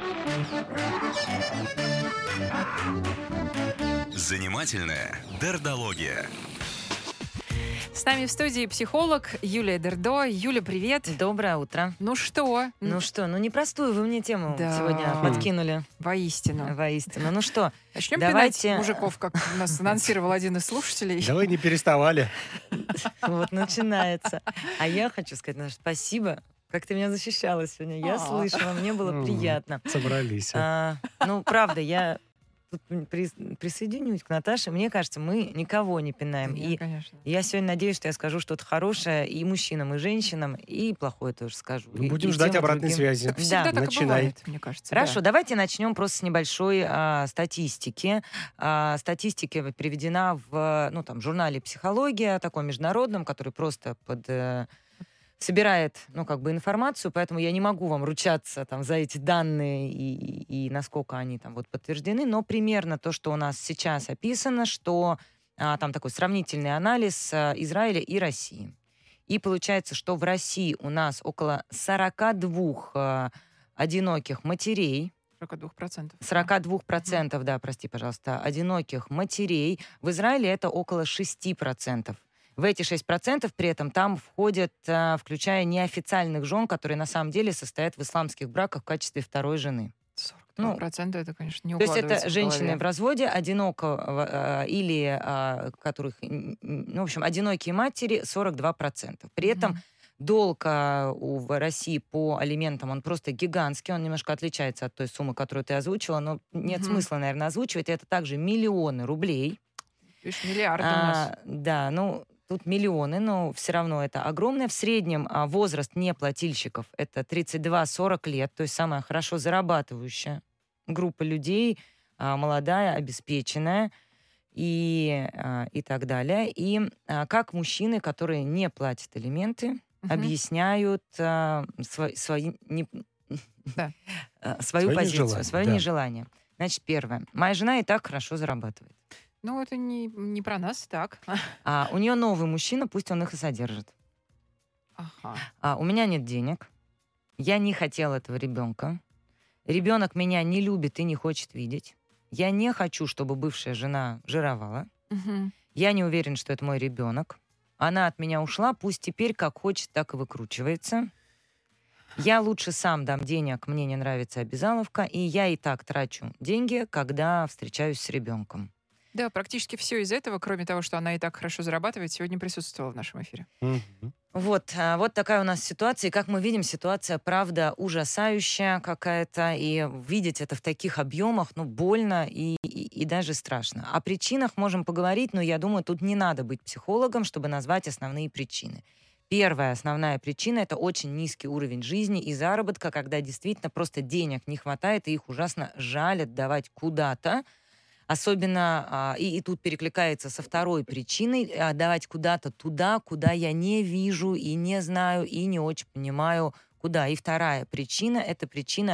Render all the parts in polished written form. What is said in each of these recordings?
Занимательная дердология. С нами в студии психолог Юлия Дердо. Юля, привет. Доброе утро. Ну что? Непростую вы мне тему Да. сегодня подкинули. Воистину. Воистину. Ну что, Начнем давайте... пинать мужиков, как у нас анонсировал один из слушателей. Да вы не переставали. вот начинается. А я хочу сказать, Наташа, спасибо. Как ты меня защищала сегодня. Я слышала, мне было приятно. Собрались. Правда, я тут присоединюсь к Наташе. Мне кажется, мы никого не пинаем. Нет, И конечно. я сегодня надеюсь, что я скажу что-то хорошее и мужчинам, и женщинам, и плохое тоже скажу. Будем И ждать тем, и обратной другим. связи. Так всегда так и Начинай. бывает, мне кажется. Хорошо, да. давайте начнем просто с небольшой статистики. Статистика приведена в журнале «Психология», таком международном, который просто собирает информацию, поэтому я не могу вам ручаться за эти данные и насколько они подтверждены, но примерно то, что у нас сейчас описано, что там такой сравнительный анализ Израиля и России. И получается, что в России у нас около 42 одиноких матерей, 42%. 42%, да, прости, пожалуйста, одиноких матерей. В Израиле это около 6%. В эти 6% при этом там входят, включая неофициальных жен, которые на самом деле состоят в исламских браках в качестве второй жены. 42% это, конечно, не То есть укладывается это в женщины голове. в разводе, одинокого или которых, одинокие матери 42%. При этом долг в России по алиментам, он просто гигантский, он немножко отличается от той суммы, которую ты озвучила, но нет смысла, наверное, озвучивать. Это также миллионы рублей. Видишь, миллиарды у нас. Да, тут миллионы, но все равно это огромное. В среднем возраст неплательщиков — это 32-40 лет, то есть самая хорошо зарабатывающая группа людей, молодая, обеспеченная и так далее. И как мужчины, которые не платят алименты, объясняют свою позицию, свое нежелание. Значит, первое. Моя жена и так хорошо зарабатывает. Ну, это не про нас, так. У нее новый мужчина, пусть он их и содержит. Ага. У меня нет денег. Я не хотела этого ребенка. Ребенок меня не любит и не хочет видеть. Я не хочу, чтобы бывшая жена жировала. Я не уверен, что это мой ребенок. Она от меня ушла, пусть теперь как хочет, так и выкручивается. Я лучше сам дам денег, мне не нравится обязаловка, и я и так трачу деньги, когда встречаюсь с ребенком. Да, практически все из этого, кроме того, что она и так хорошо зарабатывает, сегодня присутствовала в нашем эфире. Вот такая у нас ситуация. И как мы видим, ситуация, правда, ужасающая какая-то. И видеть это в таких объемах, больно и даже страшно. О причинах можем поговорить, но я думаю, тут не надо быть психологом, чтобы назвать основные причины. Первая основная причина — это очень низкий уровень жизни и заработка, когда действительно просто денег не хватает, и их ужасно жаль отдавать куда-то. Особенно, и тут перекликается со второй причиной, отдавать куда-то туда, куда я не вижу и не знаю, и не очень понимаю, куда. И вторая причина — это причина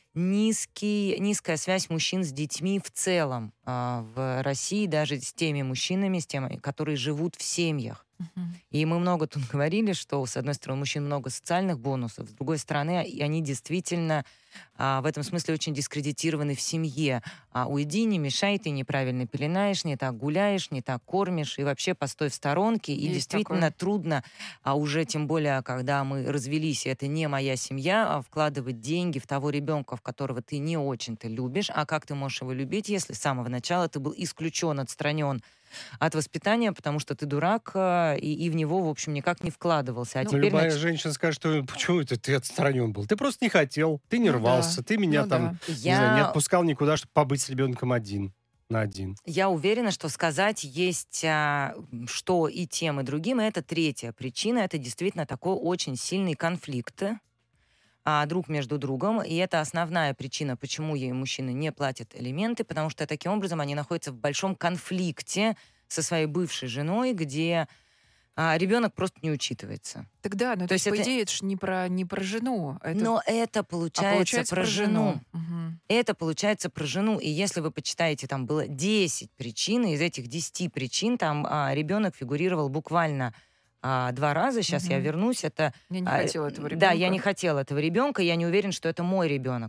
низкая связь мужчин с детьми в целом в России, даже с теми мужчинами, с теми, которые живут в семьях. И мы много тут говорили, что, с одной стороны, у мужчин много социальных бонусов, с другой стороны, они действительно в этом смысле очень дискредитированы в семье. Уйди, не мешай, ты неправильно пеленаешь, не так гуляешь, не так кормишь, и вообще постой в сторонке. И Есть действительно такое. трудно, уже тем более, когда мы развелись, и это не моя семья, вкладывать деньги в того ребенка, в которого ты не очень-то любишь. А как ты можешь его любить, если с самого начала ты был исключен, отстранен от воспитания, потому что ты дурак, и в него, в общем, никак не вкладывался. А теперь, любая женщина скажет, что почему это ты отстранен был? Ты просто не хотел, ты не рвался, ты меня не отпускал никуда, чтобы побыть с ребенком один на один. Я уверена, что сказать есть что и тем, и другим. И это третья причина. Это действительно такой очень сильный конфликт друг между другом. И это основная причина, почему ей мужчины не платят алименты, потому что таким образом они находятся в большом конфликте со своей бывшей женой, где ребенок просто не учитывается. Так да, но То есть по это- идее, это ж не про жену. Но это получается про жену. Мгм. Это получается про жену. И если вы почитаете, там было 10 причин, и из этих 10 причин там ребенок фигурировал буквально 2 раза. Сейчас я вернусь. Это, Я не хотела этого ребенка. Да, я не хотела этого ребенка. Я не уверен, что это мой ребенок.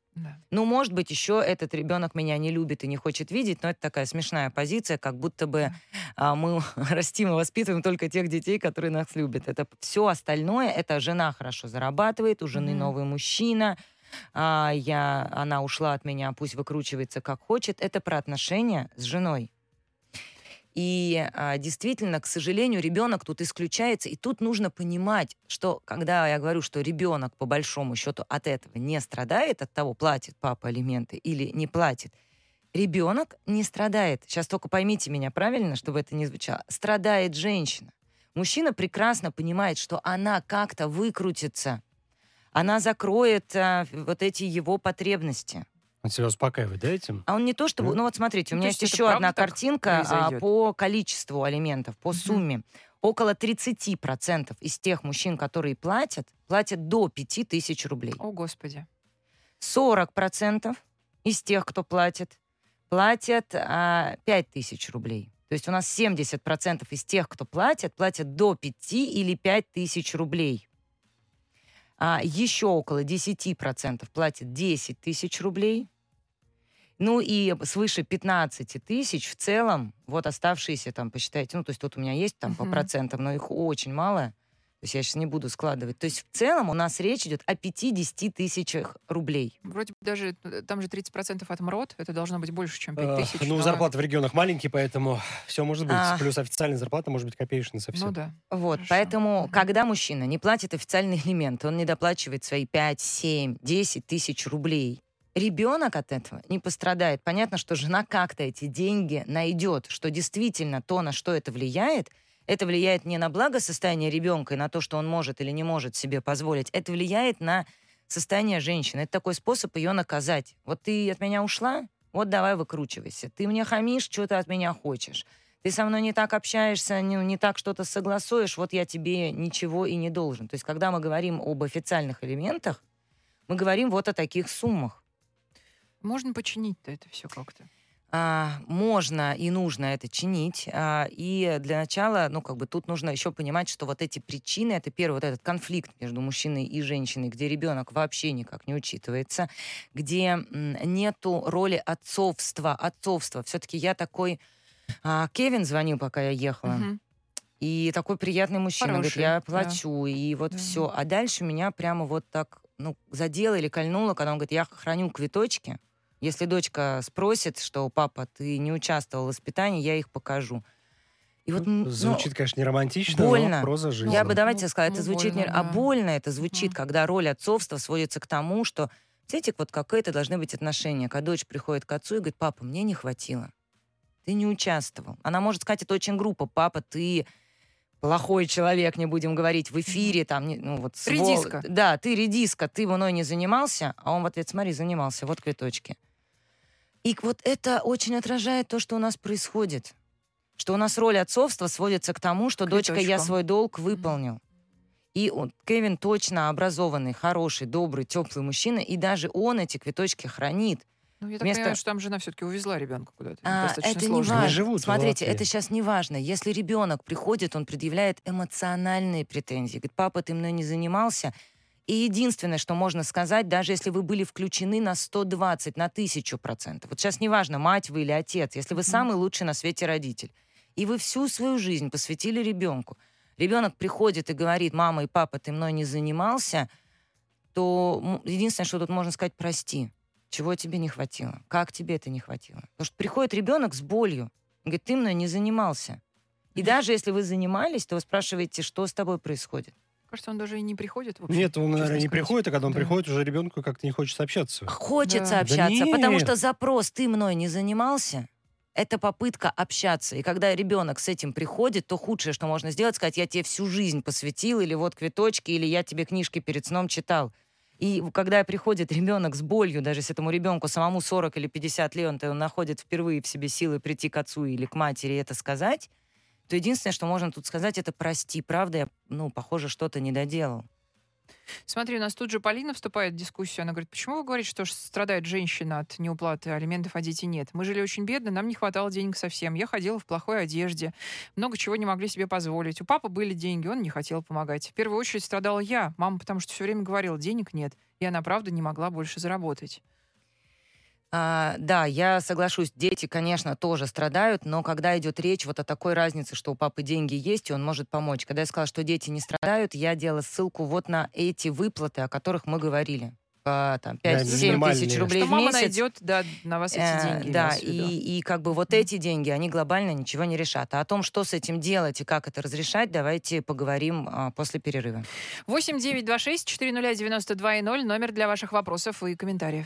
Да. Ну, может быть, еще этот ребенок меня не любит и не хочет видеть, но это такая смешная позиция, как будто бы мы растим и воспитываем только тех детей, которые нас любят. Это все остальное, это жена хорошо зарабатывает, у жены новый мужчина, она ушла от меня, пусть выкручивается как хочет. Это про отношения с женой. И действительно, к сожалению, ребенок тут исключается. И тут нужно понимать, что когда я говорю, что ребенок по большому счету от этого не страдает, от того, платит папа алименты или не платит, ребенок не страдает. Сейчас только поймите меня правильно, чтобы это не звучало. Страдает женщина. Мужчина прекрасно понимает, что она как-то выкрутится. Она закроет вот эти его потребности. Он себя успокаивает, да, этим? А он не то чтобы... Ну вот смотрите, у меня есть еще одна картинка по количеству алиментов, по сумме. Около 30% из тех мужчин, которые платят до 5000 рублей. О, Господи. 40% из тех, кто платят 5000 рублей. То есть у нас 70% из тех, кто платят до 5 или 5000 рублей. Еще около 10% платят 10 тысяч рублей. Ну и свыше 15 тысяч в целом, вот оставшиеся там, посчитайте, ну то есть тут у меня есть там по процентам, но их очень мало. То есть я сейчас не буду складывать. То есть в целом у нас речь идет о 50 тысячах рублей. Вроде бы даже, там же 30% от МРОД, это должно быть больше, чем 5000. Ну, зарплаты в регионах маленькие, поэтому все может быть. Плюс официальная зарплата может быть копеечная совсем. Ну да. Вот, хорошо. Поэтому, когда мужчина не платит официальные элементы, он не доплачивает свои 5, 7, 10 тысяч рублей, ребенок от этого не пострадает. Понятно, что жена как-то эти деньги найдет, что действительно то, на что это влияет не на благосостояние ребенка и на то, что он может или не может себе позволить. Это влияет на состояние женщины. Это такой способ ее наказать. Вот ты от меня ушла, вот давай выкручивайся. Ты мне хамишь, что ты от меня хочешь. Ты со мной не так общаешься, не так что-то согласуешь, вот я тебе ничего и не должен. То есть, когда мы говорим об официальных элементах, мы говорим вот о таких суммах. Можно починить-то это все как-то? Можно и нужно это чинить. И для начала, тут нужно еще понимать, что вот эти причины, это первый вот этот конфликт между мужчиной и женщиной, где ребенок вообще никак не учитывается, где нету роли отцовства. Все-таки я такой... Кевин звонил, пока я ехала. И такой приятный мужчина. Хороший, говорит, я плачу, и вот все. А дальше меня прямо вот так, задело или кольнуло, когда он говорит, я храню квиточки. Если дочка спросит, что папа, ты не участвовал в воспитании, я их покажу. И вот, звучит, конечно, не романтично, больно. Но проза жизни. Я бы, давайте сказать, это звучит больно, не... А больно это звучит, когда роль отцовства сводится к тому, что, знаете, вот какие-то должны быть отношения. Когда дочь приходит к отцу и говорит, папа, мне не хватило. Ты не участвовал. Она может сказать, это очень грубо. Папа, ты плохой человек, не будем говорить в эфире. Редиска. Да, ты редиска, ты мной не занимался. А он в ответ, смотри, занимался, вот квиточки. И вот это очень отражает то, что у нас происходит. Что у нас роль отцовства сводится к тому, что дочка, я свой долг выполнил. И Кевин точно образованный, хороший, добрый, теплый мужчина, и даже он эти квиточки хранит. Ну, я так понимаю, что там жена все-таки увезла ребенка куда-то. Это не важно. Смотрите, это сейчас не важно. Если ребенок приходит, он предъявляет эмоциональные претензии. Говорит, папа, ты мной не занимался. И единственное, что можно сказать, даже если вы были включены на 120, на 1000%. Вот сейчас неважно, мать вы или отец, если вы самый лучший на свете родитель, и вы всю свою жизнь посвятили ребенку, ребенок приходит и говорит, мама и папа, ты мной не занимался, то единственное, что тут можно сказать, прости. Чего тебе не хватило? Как тебе это не хватило? Потому что приходит ребенок с болью, говорит, ты мной не занимался. И даже если вы занимались, то вы спрашиваете, что с тобой происходит. Кажется, он даже и не приходит. В общем, нет, он, наверное, не приходит, а когда он приходит, уже ребенку как-то не хочется общаться. Хочется общаться, потому что запрос «ты мной не занимался» — это попытка общаться. И когда ребенок с этим приходит, то худшее, что можно сделать, сказать «я тебе всю жизнь посвятил», или «вот квиточки», или «я тебе книжки перед сном читал». И когда приходит ребенок с болью, даже если этому ребенку самому 40 или 50 лет, он находит впервые в себе силы прийти к отцу или к матери и это сказать, то единственное, что можно тут сказать, это прости. Правда, я, похоже, что-то не доделал. Смотри, у нас тут же Полина вступает в дискуссию. Она говорит, почему вы говорите, что страдает женщина от неуплаты алиментов, а детей нет? Мы жили очень бедно, нам не хватало денег совсем. Я ходила в плохой одежде, много чего не могли себе позволить. У папы были деньги, он не хотел помогать. В первую очередь страдала я, мама, потому что все время говорила, денег нет. И она, правда, не могла больше заработать. Да, я соглашусь, дети, конечно, тоже страдают, но когда идет речь вот о такой разнице, что у папы деньги есть, и он может помочь. Когда я сказала, что дети не страдают, я делала ссылку вот на эти выплаты, о которых мы говорили. По 5-7 тысяч рублей в месяц. Что мама найдет, на вас эти деньги. Да, и как бы вот эти деньги, они глобально ничего не решат. А о том, что с этим делать и как это разрешать, давайте поговорим после перерыва. 8-926-400-92-0, номер для ваших вопросов и комментариев.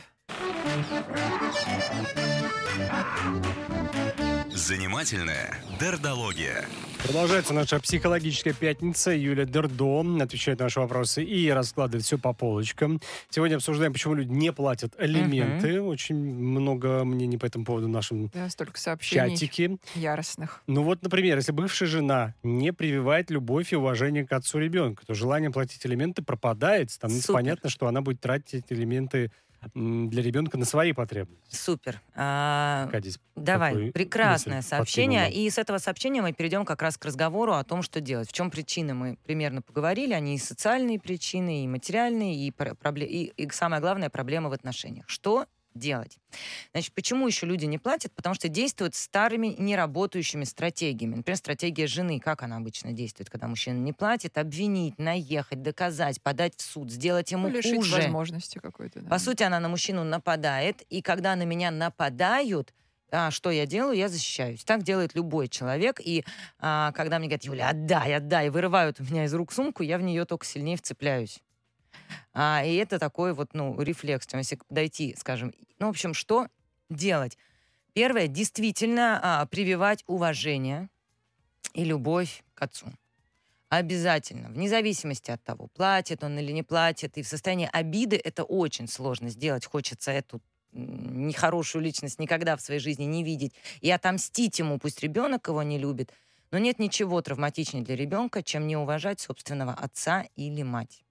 Занимательная дердология. Продолжается наша психологическая пятница. Юля Дердо отвечает на наши вопросы и раскладывает все по полочкам. Сегодня обсуждаем, почему люди не платят алименты. Очень много мнений по этому поводу в нашем столько сообщений чатике. Яростных. Ну вот, например, если бывшая жена не прививает любовь и уважение к отцу ребенка, то желание платить алименты пропадает. Становится понятно, что она будет тратить эти алименты для ребенка на свои потребности. Супер. Давай, прекрасное сообщение. И с этого сообщения мы перейдем как раз к разговору о том, что делать. В чем причины, мы примерно поговорили. Они и социальные причины, и материальные, и самое главное, проблемы в отношениях. Что делать? Значит, почему еще люди не платят? Потому что действуют старыми неработающими стратегиями. Например, стратегия жены. Как она обычно действует, когда мужчина не платит? Обвинить, наехать, доказать, подать в суд, сделать ему лишить хуже. возможности какой-то. Да. По сути, она на мужчину нападает, и когда на меня нападают, что я делаю? Я защищаюсь. Так делает любой человек. И когда мне говорят: Юля, отдай, и вырывают у меня из рук сумку, я в нее только сильнее вцепляюсь. И это такой рефлекс, если подойти, скажем. В общем, что делать? Первое, действительно прививать уважение и любовь к отцу. Обязательно, вне зависимости от того, платит он или не платит. И в состоянии обиды это очень сложно сделать. Хочется эту нехорошую личность никогда в своей жизни не видеть. И отомстить ему, пусть ребенок его не любит. Но нет ничего травматичнее для ребенка, чем не уважать собственного отца или мать.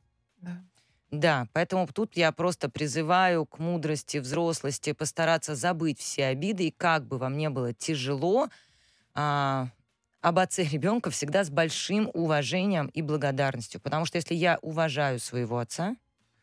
Да, поэтому тут я просто призываю к мудрости, взрослости, постараться забыть все обиды, и как бы вам не было тяжело, об отце ребенка всегда с большим уважением и благодарностью. Потому что если я уважаю своего отца,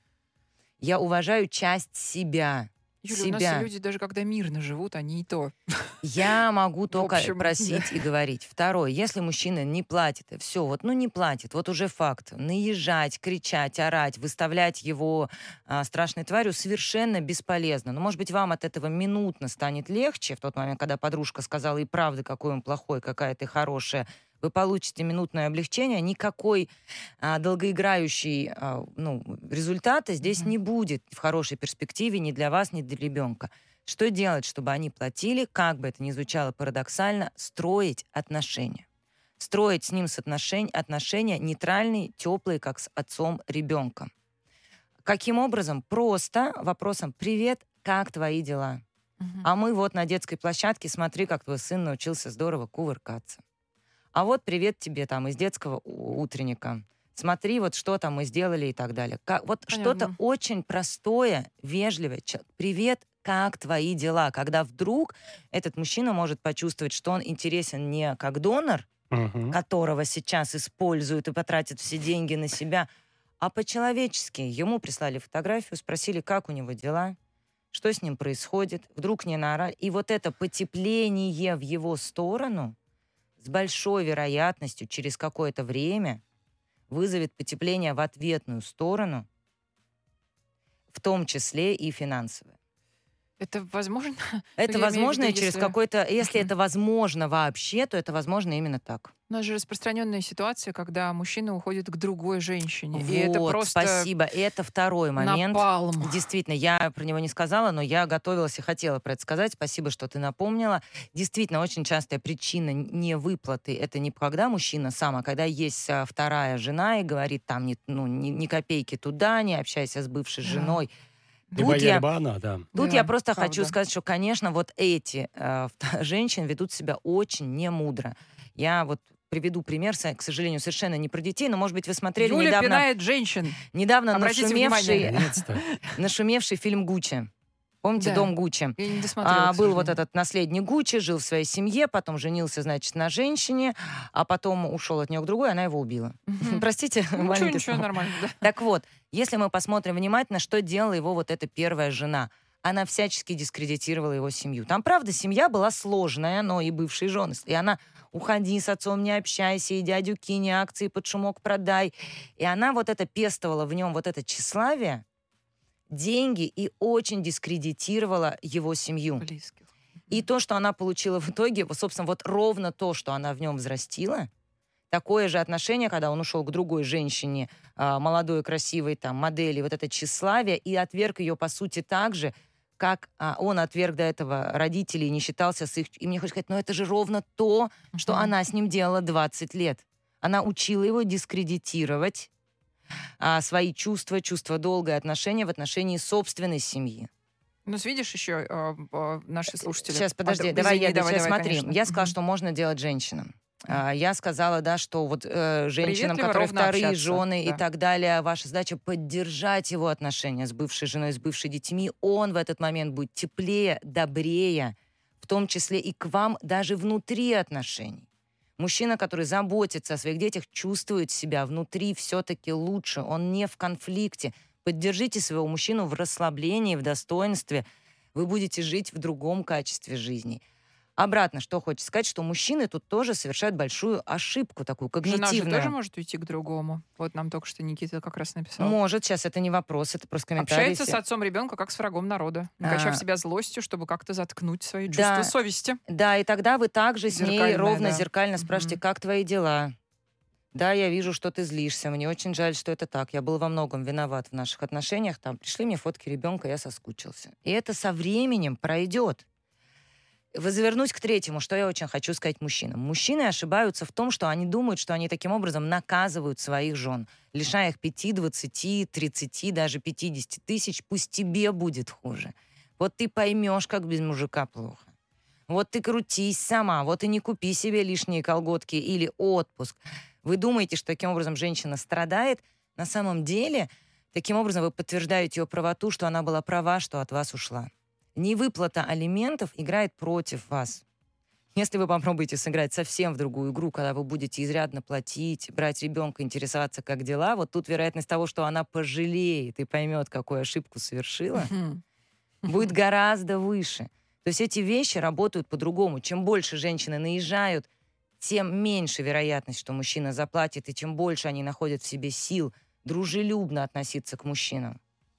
я уважаю часть себя. Юля, у нас люди, даже когда мирно живут, они и то. Я могу только просить и говорить. Второе, если мужчина не платит, все, не платит, уже факт. Наезжать, кричать, орать, выставлять его страшной тварью совершенно бесполезно. Но, может быть, вам от этого минутно станет легче, в тот момент, когда подружка сказала и правда, какой он плохой, какая ты хорошая, вы получите минутное облегчение, никакой долгоиграющей результата здесь не будет в хорошей перспективе ни для вас, ни для ребенка. Что делать, чтобы они платили? Как бы это ни звучало парадоксально, строить отношения. Строить с ним отношения нейтральные, теплые, как с отцом ребенка. Каким образом? Просто вопросом: «Привет, как твои дела?» А мы на детской площадке, смотри, как твой сын научился здорово кувыркаться. А привет тебе из детского утренника. Смотри, что там мы сделали и так далее. Что-то очень простое, вежливое. Привет, как твои дела? Когда вдруг этот мужчина может почувствовать, что он интересен не как донор, которого сейчас используют и потратят все деньги на себя, а по-человечески. Ему прислали фотографию, спросили, как у него дела, что с ним происходит, вдруг не наорали. И это потепление в его сторону с большой вероятностью через какое-то время вызовет потепление в ответную сторону, в том числе и финансовое. Это возможно? Это возможно, и через какой-то... Если это возможно вообще, то это возможно именно так. У нас же распространенная ситуация, когда мужчина уходит к другой женщине. И это просто спасибо. Это второй момент. Напалм. Действительно, я про него не сказала, но я готовилась и хотела про это сказать. Спасибо, что ты напомнила. Действительно, очень частая причина невыплаты — это не когда мужчина сам, а когда есть вторая жена и говорит ни копейки туда, не общайся с бывшей женой. Либо она, да. Тут я просто хочу сказать, что, конечно, эти женщины ведут себя очень немудро. Я приведу пример, к сожалению, совершенно не про детей, но, может быть, вы смотрели Юля пинает женщин. Недавно нашумевший фильм «Гуччи». Помните, «Дом Гуччи»? Я не досмотрела, был этот наследник Гуччи, жил в своей семье, потом женился, на женщине, а потом ушел от нее к другой, она его убила. Простите, ничего, нормально. Да. Так вот, если мы посмотрим внимательно, что делала его эта первая жена. она всячески дискредитировала его семью. Там, правда, семья была сложная, но и бывшие жены. И она: уходи с отцом, не общайся, и дядю кинь, и акции под шумок продай. И она вот это пестовала в нем, вот это тщеславие, деньги, и очень дискредитировала его семью. Близких. И то, что она получила в итоге, вот, собственно, вот ровно то, что она в нем взрастила, такое же отношение, когда он ушел к другой женщине, молодой, красивой, там, модели, вот это тщеславие, и отверг ее, по сути, так же, как он отверг до этого родителей и не считался с их... И мне хочется сказать, но это же ровно то, что она с ним делала 20 лет. Она учила его дискредитировать свои чувства, чувства долга и отношения в отношении собственной семьи. Ну, видишь, еще наши слушатели... Сейчас, подожди, Извини, давай, сейчас смотри. конечно. Я сказала, что можно делать женщинам. Я сказала, да, что вот женщинам, которые вторые общаться, жены да. и так далее, ваша задача поддержать его отношения с бывшей женой, с бывшими детьми. Он в этот момент будет теплее, добрее, в том числе и к вам даже внутри отношений. Мужчина, который заботится о своих детях, чувствует себя внутри все-таки лучше. Он не в конфликте. Поддержите своего мужчину в расслаблении, в достоинстве. Вы будете жить в другом качестве жизни. Обратно, что хочется сказать, что мужчины тут тоже совершают большую ошибку, такую когнитивную. Жена же тоже может уйти к другому. Вот нам только что Никита как раз написал. Может, сейчас это не вопрос, это просто комментарий. Общается с отцом ребенка как с врагом народа, накачав себя злостью, чтобы как-то заткнуть свои Да. чувства совести. Да, и тогда вы также с ней Зеркальная, ровно да. зеркально спрашиваете, как твои дела? Да, я вижу, что ты злишься, мне очень жаль, что это так. Я был во многом виноват в наших отношениях. Там пришли мне фотки ребенка, я соскучился. И это со временем пройдет. Завернуть к третьему, что я очень хочу сказать мужчинам. Мужчины ошибаются в том, что они думают, что они таким образом наказывают своих жен, лишая их 5, 20, 30, даже 50 тысяч. Пусть тебе будет хуже. Вот ты поймешь, как без мужика плохо. Вот ты крутись сама, вот и не купи себе лишние колготки или отпуск. Вы думаете, что таким образом женщина страдает? На самом деле, таким образом вы подтверждаете ее правоту, что она была права, что от вас ушла. Невыплата алиментов играет против вас. Если вы попробуете сыграть совсем в другую игру, когда вы будете изрядно платить, брать ребенка, интересоваться, как дела, вот тут вероятность того, что она пожалеет и поймет, какую ошибку совершила, будет гораздо выше. То есть эти вещи работают по-другому. Чем больше женщины наезжают, тем меньше вероятность, что мужчина заплатит, и чем больше они находят в себе сил дружелюбно относиться к мужчинам,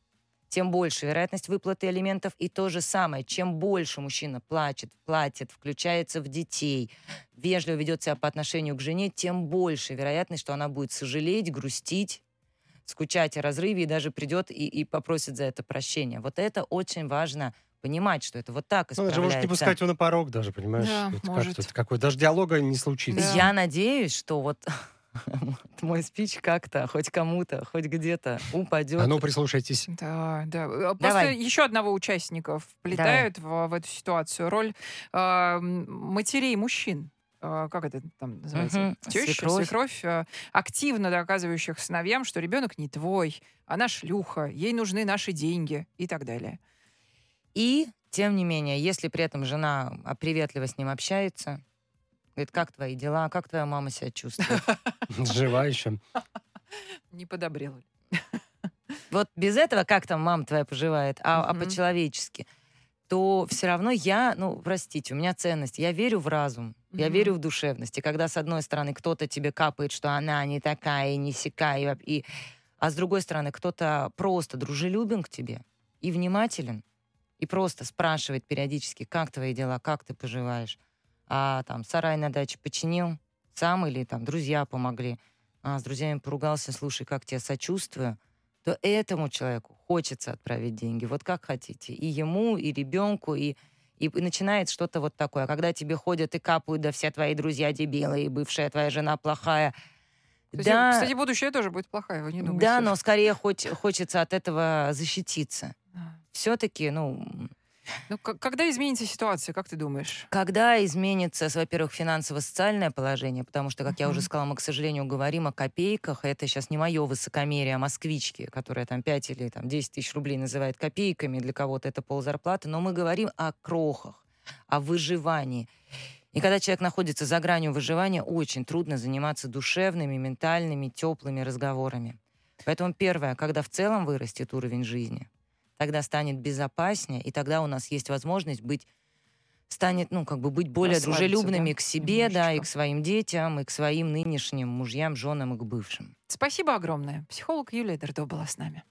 тем больше вероятность выплаты алиментов. И то же самое, чем больше мужчина платит, включается в детей, вежливо ведет себя по отношению к жене, тем больше вероятность, что она будет сожалеть, грустить, скучать о разрыве и даже придет и попросит за это прощения. Вот это очень важно понимать, что это вот так Ну, исправляется. даже может не пускать его на порог даже, понимаешь? Да, Это может. как-то какой даже диалога не случится. Да. Я надеюсь, что вот мой спич как-то, хоть кому-то, хоть где-то упадет. А ну, прислушайтесь. Да, да. Просто Давай. еще одного участника вплетают в эту ситуацию. Роль матерей мужчин. Как это там называется? Мгм. Теща, свекровь, активно доказывающих сыновьям, что ребенок не твой, она шлюха, ей нужны наши деньги и так далее. И, тем не менее, если при этом жена приветливо с ним общается, говорит, как твои дела, как твоя мама себя чувствует? Жива еще. Не подобрела ли? Вот без этого, как там мама твоя поживает, а Мгм. по-человечески, то все равно я, простите, у меня ценность. Я верю в разум, я Мгм. верю в душевность. И когда, с одной стороны, кто-то тебе капает, что она не такая, не сякая, а с другой стороны, кто-то просто дружелюбен к тебе и внимателен, и просто спрашивает периодически, как твои дела, как ты поживаешь. А там сарай на даче починил сам или там друзья помогли. А с друзьями поругался, слушай, как тебе сочувствую, то этому человеку хочется отправить деньги. Вот как хотите. И ему, и ребенку, и начинает что-то вот такое. Когда тебе ходят и капают, да все твои друзья дебилы, и бывшая твоя жена плохая. Кстати, будущее тоже будет плохая, вы не думайте. Да, но скорее хочется от этого защититься. Да. Все-таки, Когда изменится ситуация, как ты думаешь? когда изменится, во-первых, финансово-социальное положение, потому что, как я уже Мгм. сказала, мы, к сожалению, говорим о копейках, и это сейчас не мое высокомерие, а москвички, которая там 5 или там, 10 тысяч рублей называет копейками, для кого-то это ползарплаты, но мы говорим о крохах, о выживании. И когда человек находится за гранью выживания, очень трудно заниматься душевными, ментальными, теплыми разговорами. Поэтому первое, когда в целом вырастет уровень жизни, тогда станет безопаснее, и тогда у нас есть возможность быть быть более Расслабиться, дружелюбными да, к себе, да, и немножечко. к своим детям, и к своим нынешним мужьям, женам и к бывшим. Спасибо огромное. Психолог Юлия Дердо была с нами.